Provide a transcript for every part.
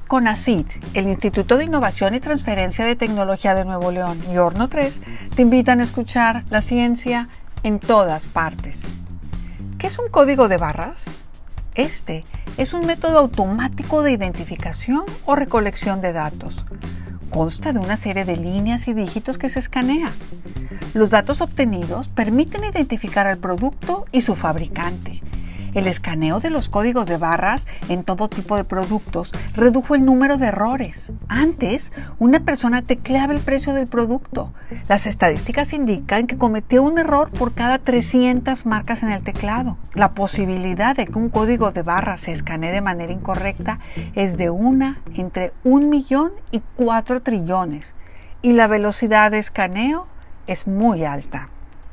CONACYT, el Instituto de Innovación y Transferencia de Tecnología de Nuevo León y Horno 3 te invitan a escuchar la ciencia en todas partes. ¿Qué es un código de barras? Este es un método automático de identificación o recolección de datos. Consta de una serie de líneas y dígitos que se escanea. Los datos obtenidos permiten identificar al producto y su fabricante. El escaneo de los códigos de barras en todo tipo de productos redujo el número de errores. Antes, una persona tecleaba el precio del producto. Las estadísticas indican que cometió un error por cada 300 marcas en el teclado. La posibilidad de que un código de barras se escanee de manera incorrecta es de una entre 1 millón y 4 trillones. Y la velocidad de escaneo es muy alta.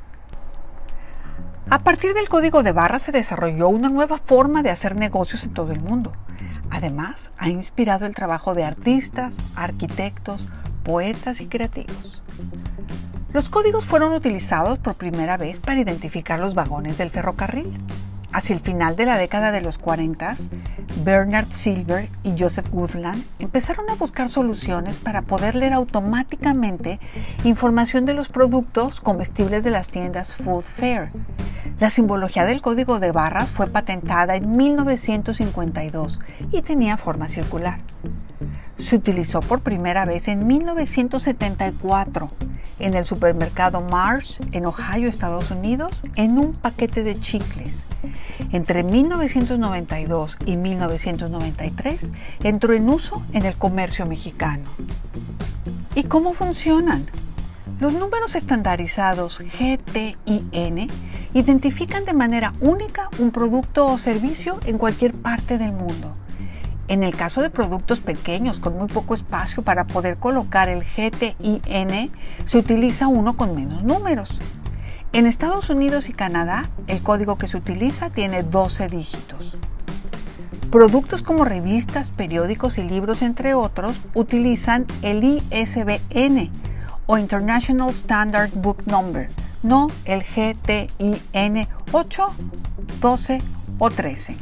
A partir del código de barras se desarrolló una nueva forma de hacer negocios en todo el mundo. Además, ha inspirado el trabajo de artistas, arquitectos, poetas y creativos. Los códigos fueron utilizados por primera vez para identificar los vagones del ferrocarril. Hacia el final de la década de los 40, Bernard Silver y Joseph Goodland empezaron a buscar soluciones para poder leer automáticamente información de los productos comestibles de las tiendas Food Fair. La simbología del código de barras fue patentada en 1952 y tenía forma circular. Se utilizó por primera vez en 1974 en el supermercado Mars en Ohio, Estados Unidos, en un paquete de chicles. Entre 1992 y 1993 entró en uso en el comercio mexicano. ¿Y cómo funcionan? Los números estandarizados GTIN identifican de manera única un producto o servicio en cualquier parte del mundo. En el caso de productos pequeños con muy poco espacio para poder colocar el GTIN, se utiliza uno con menos números. En Estados Unidos y Canadá, el código que se utiliza tiene 12 dígitos. Productos como revistas, periódicos y libros, entre otros, utilizan el ISBN o International Standard Book Number, no el GTIN 8, 12 o 13.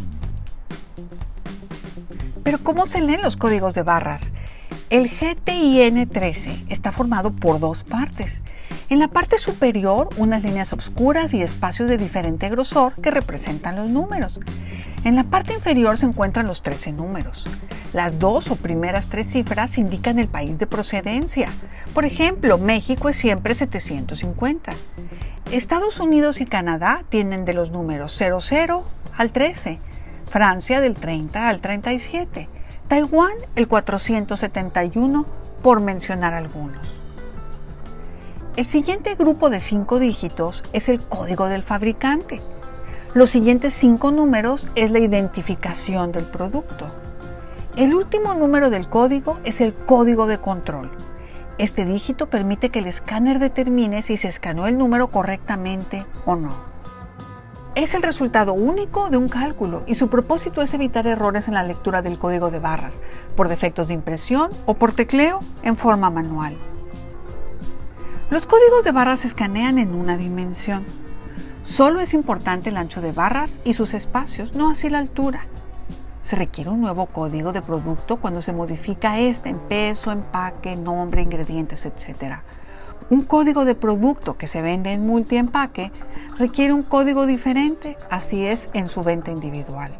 Pero ¿cómo se leen los códigos de barras? El GTIN 13 está formado por dos partes. En la parte superior, unas líneas oscuras y espacios de diferente grosor que representan los números. En la parte inferior se encuentran los 13 números. Las dos o primeras 3 cifras indican el país de procedencia. Por ejemplo, México es siempre 750. Estados Unidos y Canadá tienen de los números 00 al 13. Francia del 30 al 37. Taiwán el 471, por mencionar algunos. El siguiente grupo de 5 dígitos es el código del fabricante. Los siguientes 5 números es la identificación del producto. El último número del código es el código de control. Este dígito permite que el escáner determine si se escaneó el número correctamente o no. Es el resultado único de un cálculo y su propósito es evitar errores en la lectura del código de barras, por defectos de impresión o por tecleo en forma manual. Los códigos de barras se escanean en una dimensión. Solo es importante el ancho de barras y sus espacios, no así la altura. Se requiere un nuevo código de producto cuando se modifica este en peso, empaque, nombre, ingredientes, etc. Un código de producto que se vende en multiempaque requiere un código diferente, así es en su venta individual.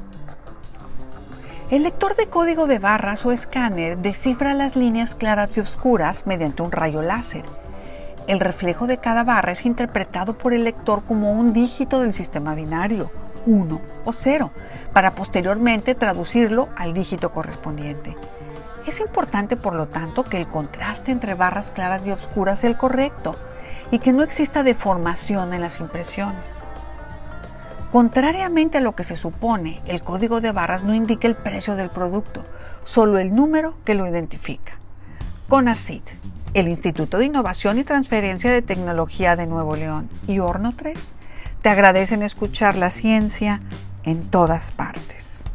El lector de código de barras o escáner descifra las líneas claras y oscuras mediante un rayo láser. El reflejo de cada barra es interpretado por el lector como un dígito del sistema binario, 1 o 0, para posteriormente traducirlo al dígito correspondiente. Es importante, por lo tanto, que el contraste entre barras claras y oscuras sea el correcto y que no exista deformación en las impresiones. Contrariamente a lo que se supone, el código de barras no indica el precio del producto, solo el número que lo identifica. CONACYT, el Instituto de Innovación y Transferencia de Tecnología de Nuevo León y Horno 3, te agradecen escuchar la ciencia en todas partes.